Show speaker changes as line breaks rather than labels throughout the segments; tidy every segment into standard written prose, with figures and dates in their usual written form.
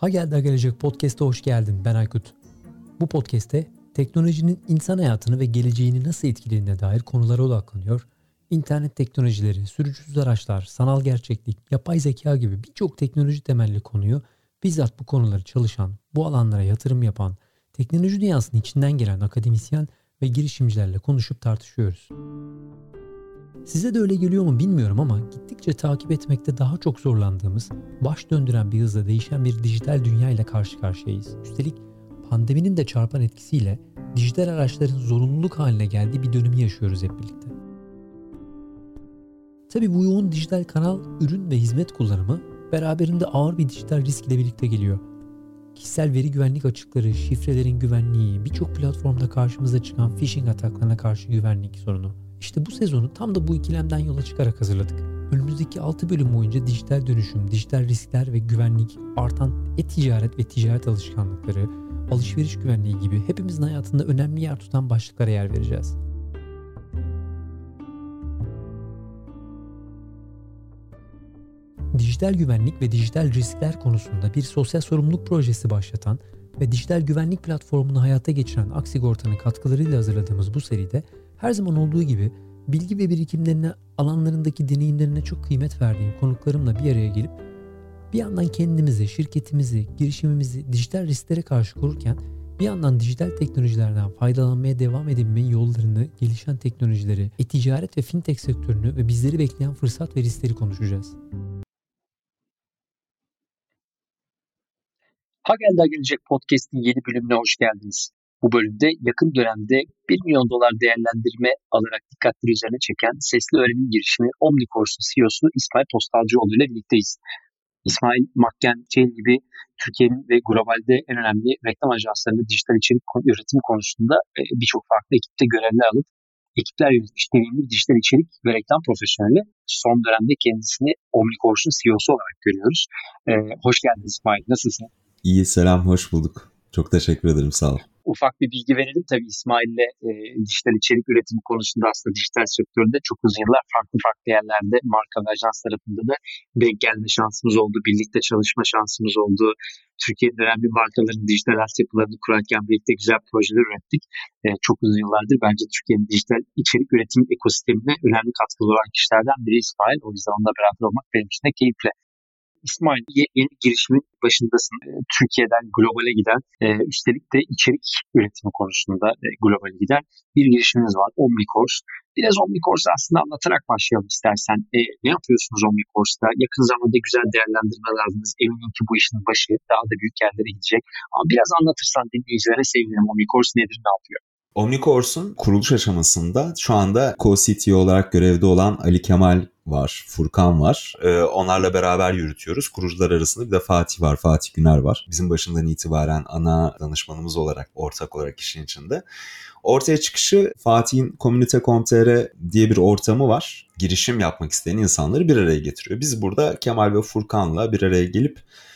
Ha Geldi Ha Gelecek Podcast'a hoş geldin. Ben Aykut. Bu podcast'te teknolojinin insan hayatını ve geleceğini nasıl etkilediğine dair konulara odaklanıyor. İnternet teknolojileri, sürücüsüz araçlar, sanal gerçeklik, yapay zeka gibi birçok teknoloji temelli konuyu bizzat bu konuları çalışan, bu alanlara yatırım yapan, teknoloji dünyasının içinden gelen akademisyen ve girişimcilerle konuşup tartışıyoruz. Size de öyle geliyor mu bilmiyorum ama gittikçe takip etmekte daha çok zorlandığımız, baş döndüren bir hızla değişen bir dijital dünya ile karşı karşıyayız. Üstelik pandeminin de çarpan etkisiyle dijital araçların zorunluluk haline geldiği bir dönemi yaşıyoruz hep birlikte. Tabii bu yoğun dijital kanal, ürün ve hizmet kullanımı beraberinde ağır bir dijital risk ile birlikte geliyor. Kişisel veri güvenlik açıkları, şifrelerin güvenliği, birçok platformda karşımıza çıkan phishing ataklarına karşı güvenlik sorunu. İşte bu sezonu tam da bu ikilemden yola çıkarak hazırladık. Önümüzdeki 6 bölüm boyunca dijital dönüşüm, dijital riskler ve güvenlik, artan e-ticaret ve ticaret alışkanlıkları, alışveriş güvenliği gibi hepimizin hayatında önemli yer tutan başlıklara yer vereceğiz. Dijital güvenlik ve dijital riskler konusunda bir sosyal sorumluluk projesi başlatan ve dijital güvenlik platformunu hayata geçiren Aksigorta'nın katkılarıyla hazırladığımız bu seride her zaman olduğu gibi bilgi ve birikimlerine, alanlarındaki deneyimlerine çok kıymet verdiğim konuklarımla bir araya gelip bir yandan kendimizi, şirketimizi, girişimimizi dijital risklere karşı korurken bir yandan dijital teknolojilerden faydalanmaya devam edebilmenin yollarını, gelişen teknolojileri, e-ticaret ve fintech sektörünü ve bizleri bekleyen fırsat ve riskleri konuşacağız.
Ha Geldi Ha Gelecek Podcast'in yeni bölümüne hoş geldiniz. Bu bölümde yakın dönemde $1 milyon değerlendirme alarak dikkatleri üzerine çeken sesli öğrenim girişimi Omnicourse'un CEO'su İsmail Postalcıoğlu ile birlikteyiz. İsmail McKenzie gibi Türkiye'nin ve globalde en önemli reklam ajanslarında dijital içerik üretimi konusunda birçok farklı ekipte görevler alıp ekipler yönetmiş deneyimli bir dijital içerik ve reklam profesyoneli. Son dönemde kendisini Omnicourse'un CEO'su olarak görüyoruz. Hoş geldin İsmail, nasılsın?
İyi, selam, hoş bulduk. Çok teşekkür ederim, sağ ol.
Ufak bir bilgi verelim. Tabii İsmail'le dijital içerik üretimi konusunda aslında dijital sektöründe çok uzun yıllar farklı yerlerde marka ve ajans tarafında da denk gelme şansımız oldu. Birlikte çalışma şansımız oldu. Türkiye'nin önemli markaların dijital altyapılarını kurarken birlikte güzel projeler ürettik. Çok uzun yıllardır bence Türkiye'nin dijital içerik üretim ekosistemine önemli katkılı olan kişilerden biri İsmail. O yüzden onunla beraber olmak benim için de keyifli. İsmail, yeni girişimin başındasın. Türkiye'den globale giden, üstelik de içerik üretimi konusunda globale giden bir girişiminiz var, Omnicourse. Biraz Omnicourse'u aslında anlatarak başlayalım istersen. Ne yapıyorsunuz Omnicourse'da? Yakın zamanda güzel değerlendirmeler aldınız. Eminim ki bu işin başı daha da büyük yerlere gidecek. Ama biraz anlatırsan dinleyicilere sevinirim. Omnicourse nedir, ne yapıyor?
Omnicourse'un kuruluş aşamasında şu anda co-CTO olarak görevde olan Ali Kemal var, Furkan var. Onlarla beraber yürütüyoruz. Kurucular arasında bir de Fatih var, Fatih Güner var. Bizim başından itibaren ana danışmanımız olarak, ortak olarak işin içinde. Ortaya çıkışı Fatih'in Community.com.tr diye bir ortamı var. Girişim yapmak isteyen insanları bir araya getiriyor. Biz burada Kemal ve Furkan'la bir araya gelip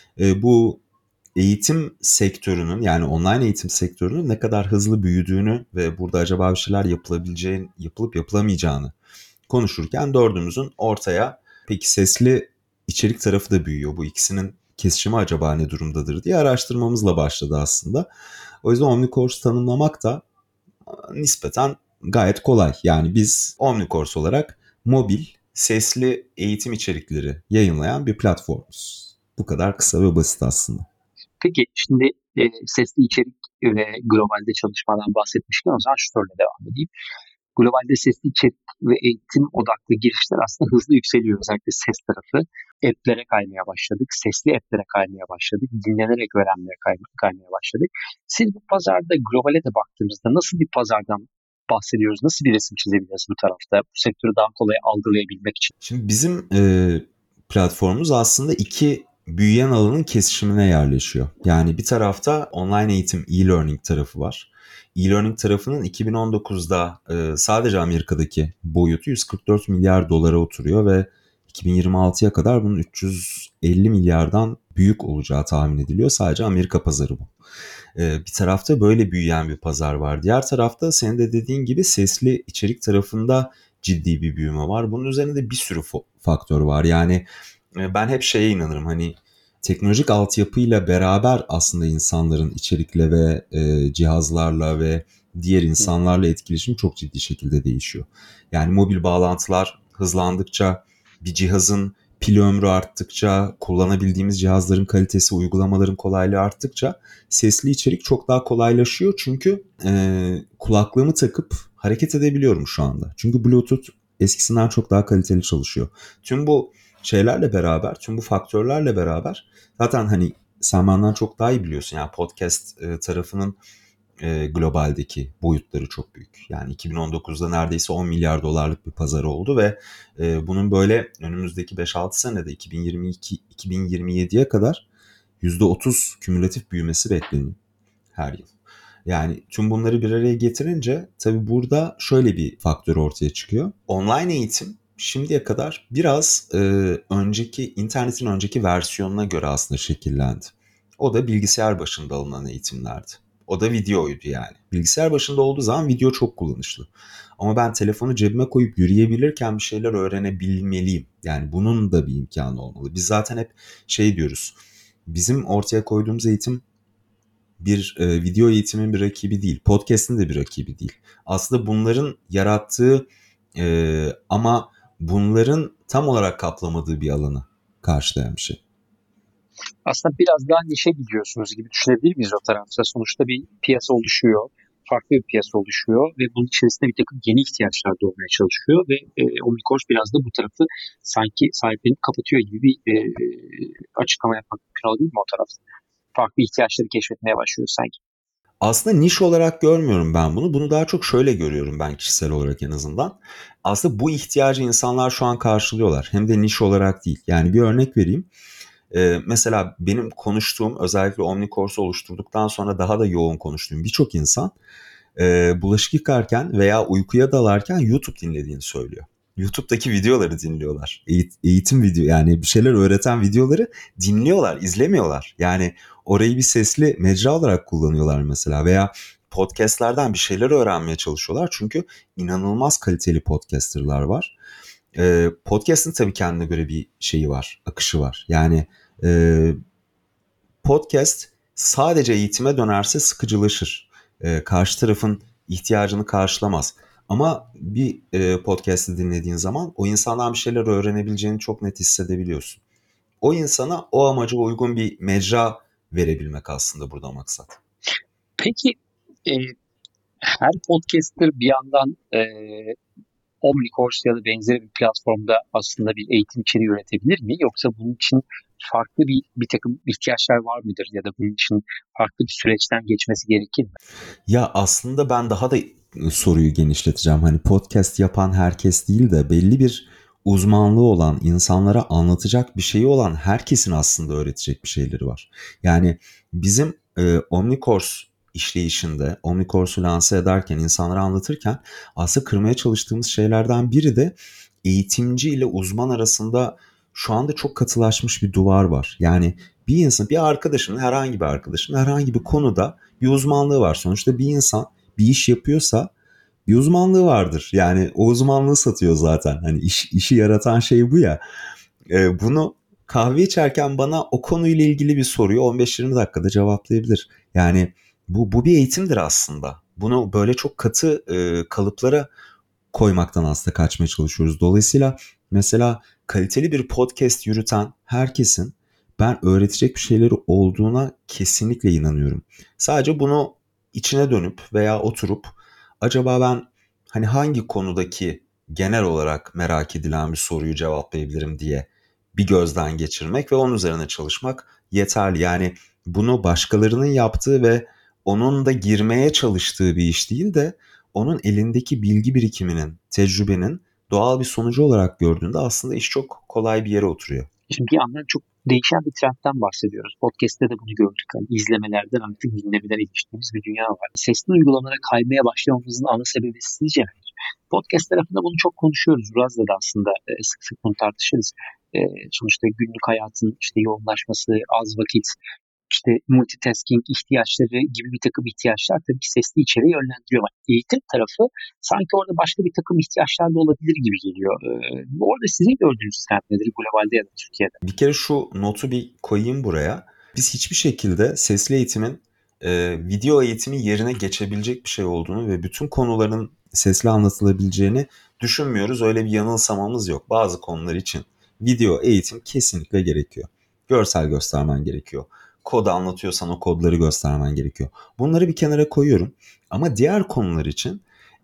bu eğitim sektörünün, yani online eğitim sektörünün ne kadar hızlı büyüdüğünü ve burada acaba bir şeyler yapılıp yapılamayacağını konuşurken dördümüzün ortaya peki sesli içerik tarafı da büyüyor. Bu ikisinin kesişimi acaba ne durumdadır diye araştırmamızla başladı aslında. O yüzden Omnicourse tanımlamak da nispeten gayet kolay. Yani biz Omnicourse olarak mobil, sesli eğitim içerikleri yayınlayan bir platformuz. Bu kadar kısa ve basit aslında.
Peki şimdi sesli içerik ve globalde çalışmadan bahsetmişken o zaman şu soruyla devam edeyim. Globalde sesli içerik ve eğitim odaklı girişler aslında hızlı yükseliyor. Özellikle ses tarafı. App'lere kaymaya başladık. Sesli app'lere kaymaya başladık. Dinlenerek öğrenmeye kaymaya başladık. Siz bu pazarda globale de baktığınızda nasıl bir pazardan bahsediyoruz? Nasıl bir resim çizebiliriz bu tarafta? Bu sektörü daha kolay algılayabilmek için.
Şimdi bizim platformumuz aslında iki büyüyen alanın kesişimine yerleşiyor. Yani bir tarafta online eğitim, e-learning tarafı var. E-learning tarafının 2019'da sadece Amerika'daki boyutu 144 milyar dolara oturuyor ve 2026'ya kadar bunun 350 milyardan büyük olacağı tahmin ediliyor. Sadece Amerika pazarı bu. Bir tarafta böyle büyüyen bir pazar var. Diğer tarafta senin de dediğin gibi sesli içerik tarafında ciddi bir büyüme var. Bunun üzerinde bir sürü faktör var. Yani ben hep şeye inanırım, hani teknolojik altyapıyla beraber aslında insanların içerikle ve cihazlarla ve diğer insanlarla etkileşimi çok ciddi şekilde değişiyor. Yani mobil bağlantılar hızlandıkça, bir cihazın pil ömrü arttıkça, kullanabildiğimiz cihazların kalitesi, uygulamaların kolaylığı arttıkça sesli içerik çok daha kolaylaşıyor. Çünkü kulaklığımı takıp hareket edebiliyorum şu anda. Çünkü Bluetooth eskisinden çok daha kaliteli çalışıyor. Tüm bu şeylerle beraber, tüm bu faktörlerle beraber zaten hani sen benden çok daha iyi biliyorsun. Yani podcast tarafının globaldeki boyutları çok büyük. Yani 2019'da neredeyse 10 milyar dolarlık bir pazarı oldu ve bunun böyle önümüzdeki 5-6 senede 2022-2027'ye kadar %30 kümülatif büyümesi bekleniyor her yıl. Yani tüm bunları bir araya getirince tabii burada şöyle bir faktör ortaya çıkıyor. Online eğitim şimdiye kadar biraz internetin önceki versiyonuna göre aslında şekillendi. O da bilgisayar başında alınan eğitimlerdi. O da videoydu yani. Bilgisayar başında olduğu zaman video çok kullanışlı. Ama ben telefonu cebime koyup yürüyebilirken bir şeyler öğrenebilmeliyim. Yani bunun da bir imkanı olmalı. Biz zaten hep şey diyoruz. Bizim ortaya koyduğumuz eğitim bir video eğitimin bir rakibi değil. Podcast'in de bir rakibi değil. Aslında bunların yarattığı ama bunların tam olarak kaplamadığı bir alanı karşılayan bir şey.
Aslında biraz daha nişe gidiyorsunuz gibi düşünebilir miyiz o tarafta? Sonuçta bir piyasa oluşuyor, farklı bir piyasa oluşuyor ve bunun içerisinde bir takım yeni ihtiyaçlar doğmaya çalışıyor ve Omnicourse biraz da bu tarafı sanki sahiplenip kapatıyor gibi bir açıklama yapmak mümkün değil mi o tarafta? Farklı ihtiyaçları keşfetmeye başlıyor sanki.
Aslında niş olarak görmüyorum ben bunu. Bunu daha çok şöyle görüyorum ben kişisel olarak en azından. Aslında bu ihtiyacı insanlar şu an karşılıyorlar. Hem de niş olarak değil. Yani bir örnek vereyim. Mesela benim konuştuğum, özellikle Omnicourse'u oluşturduktan sonra daha da yoğun konuştuğum birçok insan bulaşık yıkarken veya uykuya dalarken YouTube dinlediğini söylüyor. YouTube'daki videoları dinliyorlar. Eğitim video, yani bir şeyler öğreten videoları dinliyorlar, izlemiyorlar. Yani orayı bir sesli mecra olarak kullanıyorlar mesela, veya podcastlerden bir şeyler öğrenmeye çalışıyorlar. Çünkü inanılmaz kaliteli podcasterlar var. Podcast'ın tabii kendine göre bir şeyi var, akışı var. Yani podcast sadece eğitime dönerse sıkıcılaşır. Karşı tarafın ihtiyacını karşılamaz. Ama bir podcast'ı dinlediğin zaman o insandan bir şeyler öğrenebileceğini çok net hissedebiliyorsun. O insana o amaca uygun bir mecra verebilmek aslında burada maksat.
Peki her podcaster bir yandan Omnicourse ya da benzeri bir platformda aslında bir eğitim içeriği üretebilir mi? Yoksa bunun için farklı bir takım ihtiyaçlar var mıdır? Ya da bunun için farklı bir süreçten geçmesi gerekir mi?
Ya aslında ben daha da soruyu genişleteceğim. Hani podcast yapan herkes değil de belli bir uzmanlığı olan, insanlara anlatacak bir şeyi olan herkesin aslında öğretecek bir şeyleri var. Yani bizim Omnicourse işleyişinde, Omnicourse'u lanse ederken, insanlara anlatırken aslında kırmaya çalıştığımız şeylerden biri de eğitimci ile uzman arasında şu anda çok katılaşmış bir duvar var. Yani bir insan, bir arkadaşının, herhangi bir arkadaşının herhangi bir konuda bir uzmanlığı var. Sonuçta bir insan bir iş yapıyorsa bir uzmanlığı vardır. Yani o uzmanlığı satıyor zaten. Hani işi yaratan şey bu ya. Bunu kahve içerken bana o konuyla ilgili bir soruyu 15-20 dakikada cevaplayabilir. Yani bu bir eğitimdir aslında. Bunu böyle çok katı kalıplara koymaktan aslında kaçmaya çalışıyoruz. Dolayısıyla mesela kaliteli bir podcast yürüten herkesin ben öğretecek bir şeyleri olduğuna kesinlikle inanıyorum. Sadece bunu içine dönüp veya oturup acaba ben hani hangi konudaki genel olarak merak edilen bir soruyu cevaplayabilirim diye bir gözden geçirmek ve onun üzerine çalışmak yeterli. Yani bunu başkalarının yaptığı ve onun da girmeye çalıştığı bir iş değil de onun elindeki bilgi birikiminin, tecrübenin doğal bir sonucu olarak gördüğünde aslında iş çok kolay bir yere oturuyor.
Şimdi bir yandan çok değişen bir trendten bahsediyoruz. Podcast'te de bunu gördük. Yani izlemelerden artık dinlemelere geçtiğimiz bir dünya var. Sesli uygulamalara kaymaya başlamamızın ana sebebi sizce nedir? Podcast tarafında bunu çok konuşuyoruz. Uraz'la da aslında sık sık bunu tartışırız. Sonuçta günlük hayatın işte yoğunlaşması, az vakit, işte multitasking ihtiyaçları gibi bir takım ihtiyaçlar tabii ki sesli içeriğe yönlendiriyor. Ama eğitim tarafı sanki orada başka bir takım ihtiyaçlar da olabilir gibi geliyor. Orada sizin gördüğünüz trend nedir globalde ya da Türkiye'de?
Bir kere şu notu bir koyayım buraya. Biz hiçbir şekilde sesli eğitimin video eğitimi yerine geçebilecek bir şey olduğunu ve bütün konuların sesli anlatılabileceğini düşünmüyoruz. Öyle bir yanılsamamız yok. Bazı konular için video eğitim kesinlikle gerekiyor. Görsel göstermen gerekiyor. Kod anlatıyorsan o kodları göstermen gerekiyor. Bunları bir kenara koyuyorum. Ama diğer konular için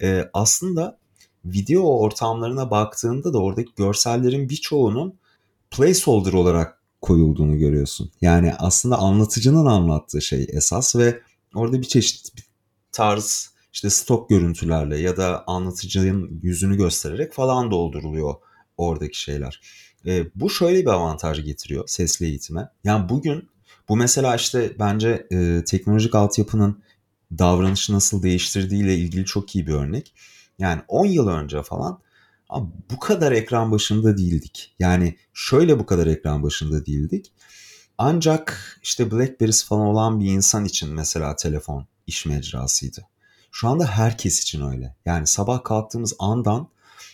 aslında video ortamlarına baktığında da oradaki görsellerin birçoğunun placeholder olarak koyulduğunu görüyorsun. Yani aslında anlatıcının anlattığı şey esas ve orada bir çeşit bir tarz işte stok görüntülerle ya da anlatıcının yüzünü göstererek falan dolduruluyor oradaki şeyler. Bu şöyle bir avantaj getiriyor sesli eğitime. Yani bugün bu mesela işte bence teknolojik altyapının davranışı nasıl değiştirdiğiyle ilgili çok iyi bir örnek. Yani 10 yıl önce falan abi bu kadar ekran başında değildik. Yani şöyle bu kadar ekran başında değildik. Ancak işte BlackBerry'si falan olan bir insan için mesela telefon iş mecrasıydı. Şu anda herkes için öyle. Yani sabah kalktığımız andan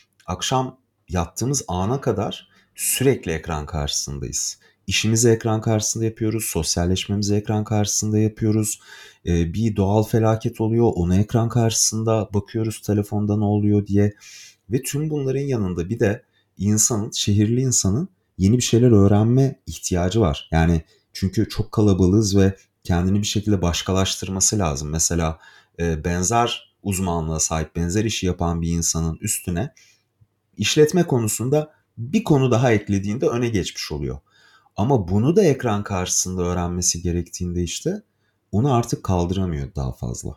akşam yattığımız ana kadar sürekli ekran karşısındayız. İşimizi ekran karşısında yapıyoruz, sosyalleşmemizi ekran karşısında yapıyoruz. Bir doğal felaket oluyor, onu ekran karşısında bakıyoruz telefonda ne oluyor diye. Ve tüm bunların yanında bir de şehirli insanın yeni bir şeyler öğrenme ihtiyacı var. Yani çünkü çok kalabalığız ve kendini bir şekilde başkalaştırması lazım. Mesela benzer uzmanlığa sahip, benzer işi yapan bir insanın üstüne işletme konusunda bir konu daha eklediğinde öne geçmiş oluyor. Ama bunu da ekran karşısında öğrenmesi gerektiğinde işte onu artık kaldıramıyor daha fazla.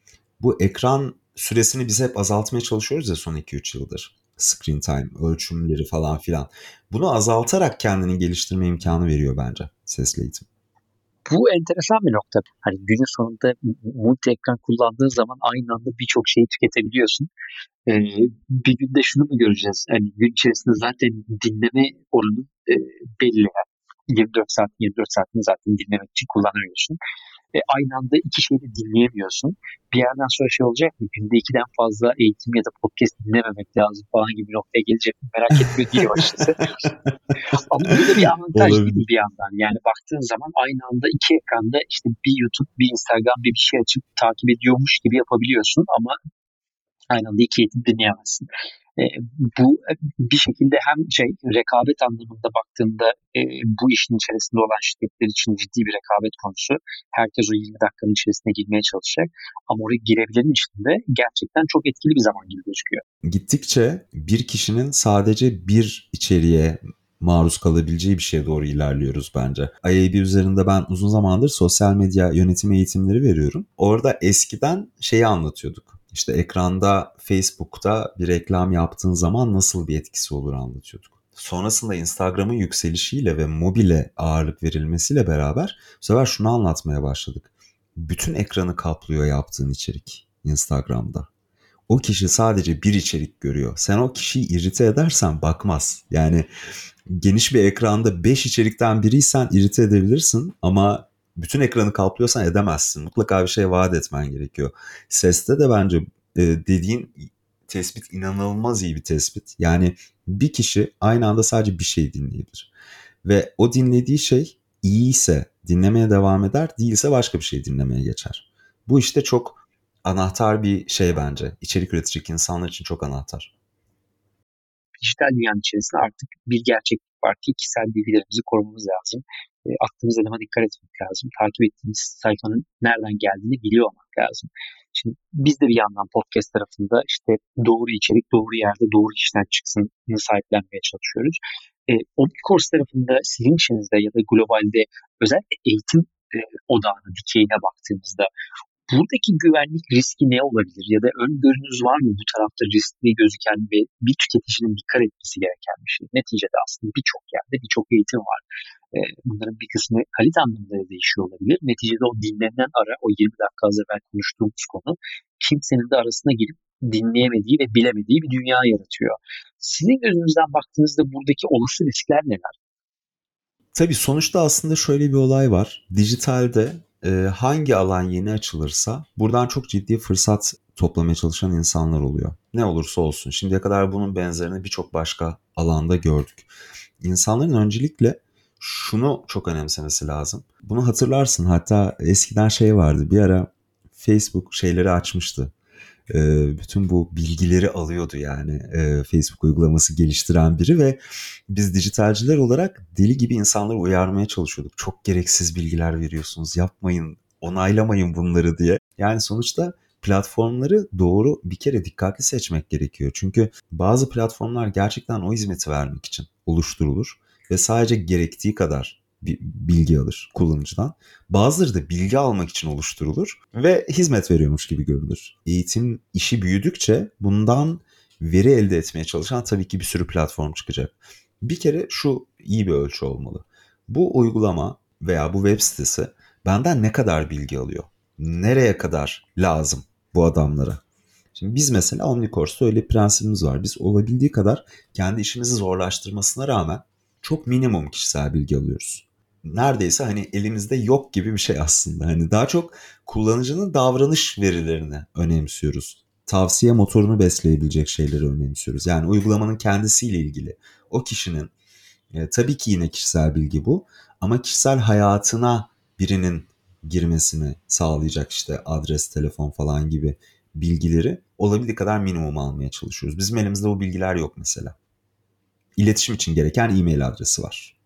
Bu ekran süresini biz hep azaltmaya çalışıyoruz ya son 2-3 yıldır. Screen time, ölçümleri falan filan. Bunu azaltarak kendini geliştirme imkanı veriyor bence sesli eğitim.
Bu enteresan bir nokta. Hani günün sonunda multi ekran kullandığın zaman aynı anda birçok şeyi tüketebiliyorsun. Bir günde şunu mu göreceğiz? Yani gün içerisinde zaten dinleme oranı belli. Yani 24 saatini zaten dinlemek için kullanıyorsun. Aynı anda iki şeyi de dinleyemiyorsun. Bir yerden sonra şey olacak mı? Günde 2'den fazla eğitim ya da podcast dinlememek lazım falan gibi bir noktaya gelecek mi? Merak etmiyor değilim açıkçası. Ama bu da bir avantaj değil mi bir yandan? Yani baktığın zaman aynı anda iki ekranda işte bir YouTube, bir Instagram, bir şey açıp takip ediyormuş gibi yapabiliyorsun ama aynı anda iki eğitim dinleyemezsin. Bu bir şekilde hem rekabet anlamında baktığında bu işin içerisinde olan şirketler için ciddi bir rekabet konusu. Herkes o 20 dakikanın içerisine girmeye çalışacak. Ama oraya girebilenin içinde gerçekten çok etkili bir zaman gibi gözüküyor.
Gittikçe bir kişinin sadece bir içeriğe maruz kalabileceği bir şeye doğru ilerliyoruz bence. IAB üzerinde ben uzun zamandır sosyal medya yönetimi eğitimleri veriyorum. Orada eskiden şeyi anlatıyorduk. İşte ekranda Facebook'ta bir reklam yaptığın zaman nasıl bir etkisi olur anlatıyorduk. Sonrasında Instagram'ın yükselişiyle ve mobile ağırlık verilmesiyle beraber bu sefer şunu anlatmaya başladık. Bütün ekranı kaplıyor yaptığın içerik Instagram'da. O kişi sadece bir içerik görüyor. Sen o kişiyi irite edersen bakmaz. Yani geniş bir ekranda 5 içerikten biriysen irite edebilirsin ama bütün ekranı kaplıyorsan edemezsin. Mutlaka bir şey vaat etmen gerekiyor. Seste de bence dediğin tespit inanılmaz iyi bir tespit. Yani bir kişi aynı anda sadece bir şey dinleyebilir. Ve o dinlediği şey iyiyse dinlemeye devam eder, değilse başka bir şey dinlemeye geçer. Bu işte çok anahtar bir şey bence. İçerik üretecek insanlar için çok anahtar.
Dijital dünyanın içerisinde artık bir gerçeklik var ki kişisel bilgilerimizi korumamız lazım. Attığımız adama dikkat etmek lazım. Takip ettiğimiz sayfanın nereden geldiğini biliyor olmak lazım. Şimdi biz de bir yandan podcast tarafında işte doğru içerik, doğru yerde, doğru kişiden çıksını sahiplenmeye çalışıyoruz. Omnicourse tarafında sizin işinizde ya da globalde özellikle eğitim odağına, dikeyine baktığımızda buradaki güvenlik riski ne olabilir ya da öngörünüz var mı bu tarafta riskli gözüken ve bir tüketicinin dikkat etmesi gereken bir şey? Neticede aslında birçok yerde birçok eğitim var. Bunların bir kısmı kalite anlamında da değişiyor olabilir. Neticede o dinlenen ara, o 20 dakika az evvel konuştuğumuz konu kimsenin de arasına girip dinleyemediği ve bilemediği bir dünya yaratıyor. Sizin gözünüzden baktığınızda buradaki olası riskler neler?
Tabii sonuçta aslında şöyle bir olay var. Dijitalde hangi alan yeni açılırsa buradan çok ciddi fırsat toplamaya çalışan insanlar oluyor. Ne olursa olsun. Şimdiye kadar bunun benzerini birçok başka alanda gördük. İnsanların öncelikle şunu çok önemsemesi lazım. Bunu hatırlarsın, hatta eskiden şey vardı, bir ara Facebook şeyleri açmıştı. Bütün bu bilgileri alıyordu yani Facebook uygulaması geliştiren biri ve biz dijitalciler olarak deli gibi insanları uyarmaya çalışıyorduk. Çok gereksiz bilgiler veriyorsunuz, yapmayın, onaylamayın bunları diye. Yani sonuçta platformları doğru bir kere dikkatli seçmek gerekiyor. Çünkü bazı platformlar gerçekten o hizmeti vermek için oluşturulur ve sadece gerektiği kadar bilgi alır kullanıcıdan. Bazıları da bilgi almak için oluşturulur ve hizmet veriyormuş gibi görülür. Eğitim işi büyüdükçe bundan veri elde etmeye çalışan tabii ki bir sürü platform çıkacak. Bir kere şu iyi bir ölçü olmalı. Bu uygulama veya bu web sitesi benden ne kadar bilgi alıyor? Nereye kadar lazım bu adamlara? Şimdi biz mesela Omnicourse'da öyle bir prensibimiz var. Biz olabildiği kadar kendi işimizi zorlaştırmasına rağmen çok minimum kişisel bilgi alıyoruz. Neredeyse hani elimizde yok gibi bir şey aslında. Hani daha çok kullanıcının davranış verilerini önemsiyoruz. Tavsiye motorunu besleyebilecek şeyleri önemsiyoruz. Yani uygulamanın kendisiyle ilgili o kişinin tabii ki yine kişisel bilgi bu ama kişisel hayatına birinin girmesini sağlayacak işte adres, telefon falan gibi bilgileri olabildiği kadar minimum almaya çalışıyoruz. Bizim elimizde o bilgiler yok mesela. İletişim için gereken e-mail adresi var.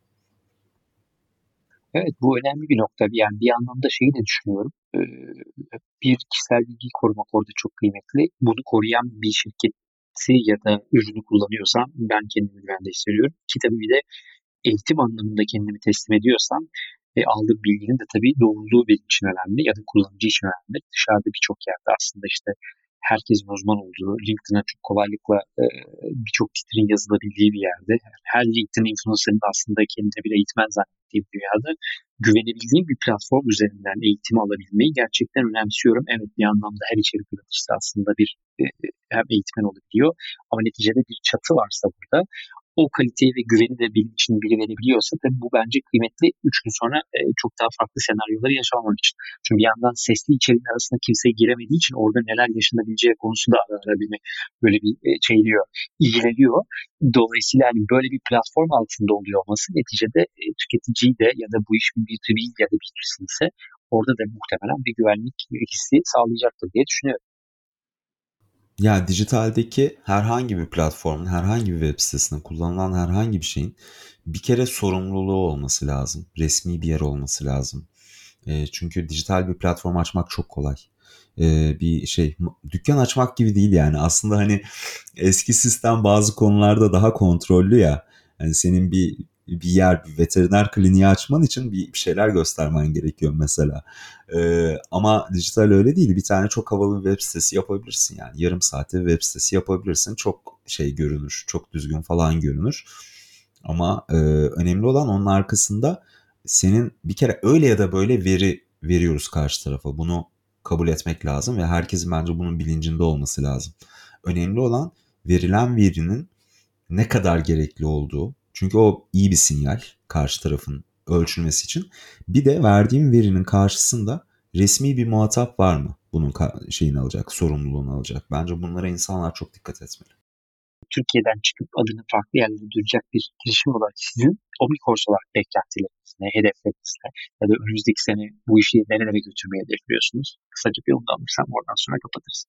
Evet, bu önemli bir nokta. Yani bir anlamda şeyi de düşünüyorum. Bir kişisel bilgiyi korumak orada çok kıymetli. Bunu koruyan bir şirketi ya da ürünü kullanıyorsam ben kendimi güvende hissediyorum. Ki tabii bir de eğitim anlamında kendimi teslim ediyorsam aldığım bilginin de tabii doğruluğu benim için önemli ya da kullanıcı için önemli. Dışarıda birçok yerde aslında işte herkesin uzman olduğu, LinkedIn'a çok kolaylıkla birçok titrin yazılabildiği bir yerde, her LinkedIn influencer'ın aslında kendine bir eğitmen zannettiği bir dünyada güvenebildiğim bir platform üzerinden eğitim alabilmeyi gerçekten önemsiyorum. Evet, bir anlamda her içerik üreticisi aslında bir hem eğitmen olabiliyor ama neticede bir çatı varsa burada o kaliteyi ve güveni de benim için biri verebiliyorsa tabii bu bence kıymetli. 3 gün sonra çok daha farklı senaryoları yaşamamak için. Çünkü bir yandan sesli içeriğin arasında kimse giremediği için orada neler yaşanabileceği konusu da ara beni böyle bir şey diyor, ilgileniyor. Dolayısıyla hani böyle bir platform altında oluyor olması neticede tüketiciyi de ya da bu iş bir B2B ya da B2C ise orada da muhtemelen bir güvenlik hissi sağlayacaktır diye düşünüyorum.
Yani dijitaldeki herhangi bir platformun, herhangi bir web sitesinde kullanılan herhangi bir şeyin bir kere sorumluluğu olması lazım. Resmi bir yer olması lazım. Çünkü dijital bir platform açmak çok kolay. Bir şey, dükkan açmak gibi değil yani. Aslında hani eski sistem bazı konularda daha kontrollü ya. Hani senin bir yer, bir veteriner kliniği açman için bir şeyler göstermen gerekiyor mesela. Ama dijital öyle değil. Bir tane çok havalı bir web sitesi yapabilirsin yani. Yarım saatte web sitesi yapabilirsin. Çok şey görünür, çok düzgün falan görünür. Ama önemli olan onun arkasında senin bir kere öyle ya da böyle veri veriyoruz karşı tarafa. Bunu kabul etmek lazım ve herkesin bence bunun bilincinde olması lazım. Önemli olan verilen verinin ne kadar gerekli olduğu. Çünkü o iyi bir sinyal karşı tarafın ölçülmesi için. Bir de verdiğim verinin karşısında resmi bir muhatap var mı? Bunun şeyini alacak, sorumluluğunu alacak. Bence bunlara insanlar çok dikkat etmeli.
Türkiye'den çıkıp adını farklı yerlere duyuracak bir girişim olarak sizin Omnicourse olarak beklentileriniz ne, hedefleriniz ne ya da önümüzdeki sene bu işi nerelere götürmeyi hedefliyorsunuz? Kısaca bir onu da alırsam oradan sonra kapatırız.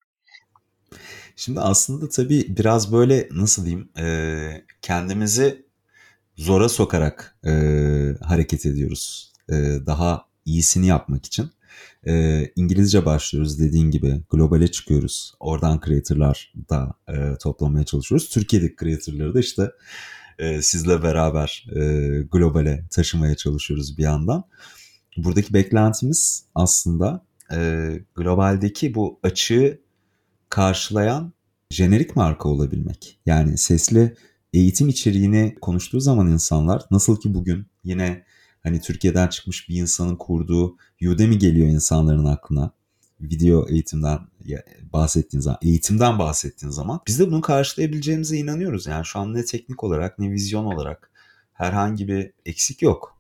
Şimdi aslında tabii biraz böyle nasıl diyeyim kendimizi zora sokarak hareket ediyoruz. Daha iyisini yapmak için. İngilizce başlıyoruz dediğin gibi. Globale çıkıyoruz. Oradan creator'lar da toplamaya çalışıyoruz. Türkiye'deki creator'ları da işte sizle beraber globale taşımaya çalışıyoruz bir yandan. Buradaki beklentimiz aslında globaldeki bu açığı karşılayan jenerik marka olabilmek. Yani sesli eğitim içeriğini konuştuğu zaman insanlar, nasıl ki bugün yine hani Türkiye'den çıkmış bir insanın kurduğu Udemy geliyor insanların aklına. Video eğitimden bahsettiğin zaman, eğitimden bahsettiğin zaman biz de bunu karşılayabileceğimize inanıyoruz. Yani şu an ne teknik olarak ne vizyon olarak herhangi bir eksik yok.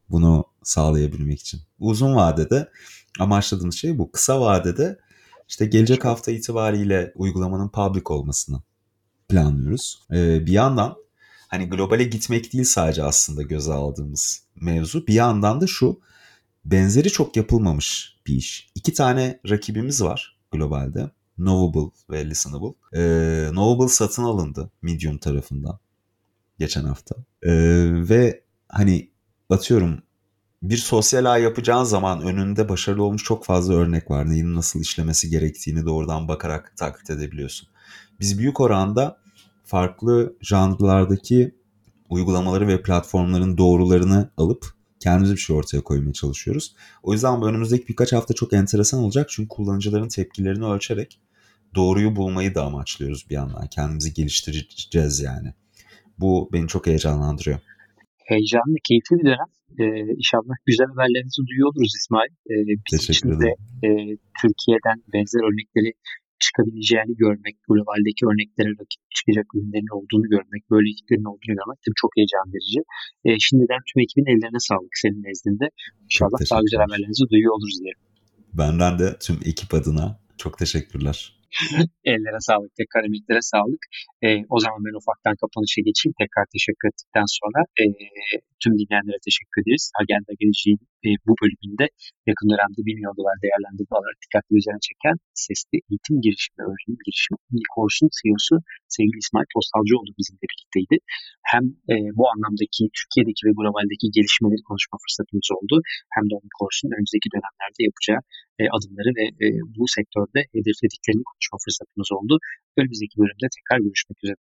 bunu sağlayabilmek için. Uzun vadede amaçladığımız şey bu. Kısa vadede işte gelecek hafta itibariyle uygulamanın public olmasını planlıyoruz. Bir yandan hani globale gitmek değil sadece aslında göze aldığımız mevzu. Bir yandan da şu, benzeri çok yapılmamış bir iş. 2 tane rakibimiz var globalde. Knowable ve Listenable. Knowable satın alındı Medium tarafından geçen hafta. Ve hani atıyorum bir sosyal ağ yapacağın zaman önünde başarılı olmuş çok fazla örnek var. Neyin nasıl işlemesi gerektiğini doğrudan bakarak taklit edebiliyorsun. Biz büyük oranda farklı janrlardaki uygulamaları ve platformların doğrularını alıp kendimize bir şey ortaya koymaya çalışıyoruz. O yüzden bu önümüzdeki birkaç hafta çok enteresan olacak. Çünkü kullanıcıların tepkilerini ölçerek doğruyu bulmayı da amaçlıyoruz bir yandan. Kendimizi geliştireceğiz yani. Bu beni çok heyecanlandırıyor.
Heyecanlı, keyifli bir dönem. İnşallah güzel haberlerinizi duyuyor oluruz İsmail. Bizim için de Türkiye'den benzer örnekleri çıkabileceğini görmek, globaldeki örneklere rakip çıkacak ürünlerin olduğunu görmek, böyle ekiplerin olduğunu görmek tabii çok heyecan verici. Şimdiden tüm ekibin ellerine sağlık senin nezdinde. İnşallah daha güzel haberlerinizi duyuyor oluruz diye.
Benden de tüm ekip adına çok teşekkürler.
Ellere sağlık, tekrar emeklere sağlık. O zaman ben ufaktan kapanışa geçeyim. Tekrar teşekkür ettikten sonra tüm dinleyenlere teşekkür ederiz. Agenda Geleceğin bu bölümünde yakın dönemde bilmiyordular değerlendirme olarak dikkatli üzerine çeken sesli eğitim girişimi, öğrenim girişimi Unicourse'un CEO'su sevgili İsmail Postalcıoğlu bizimle birlikteydi. Hem bu anlamdaki Türkiye'deki ve globaldeki gelişmeleri konuşma fırsatımız oldu. Hem de Unicourse'un önümüzdeki dönemlerde yapacağı adımları ve bu sektörde hedeflediklerini konuşma fırsatımız oldu. Önümüzdeki bölümde tekrar görüşmek üzere.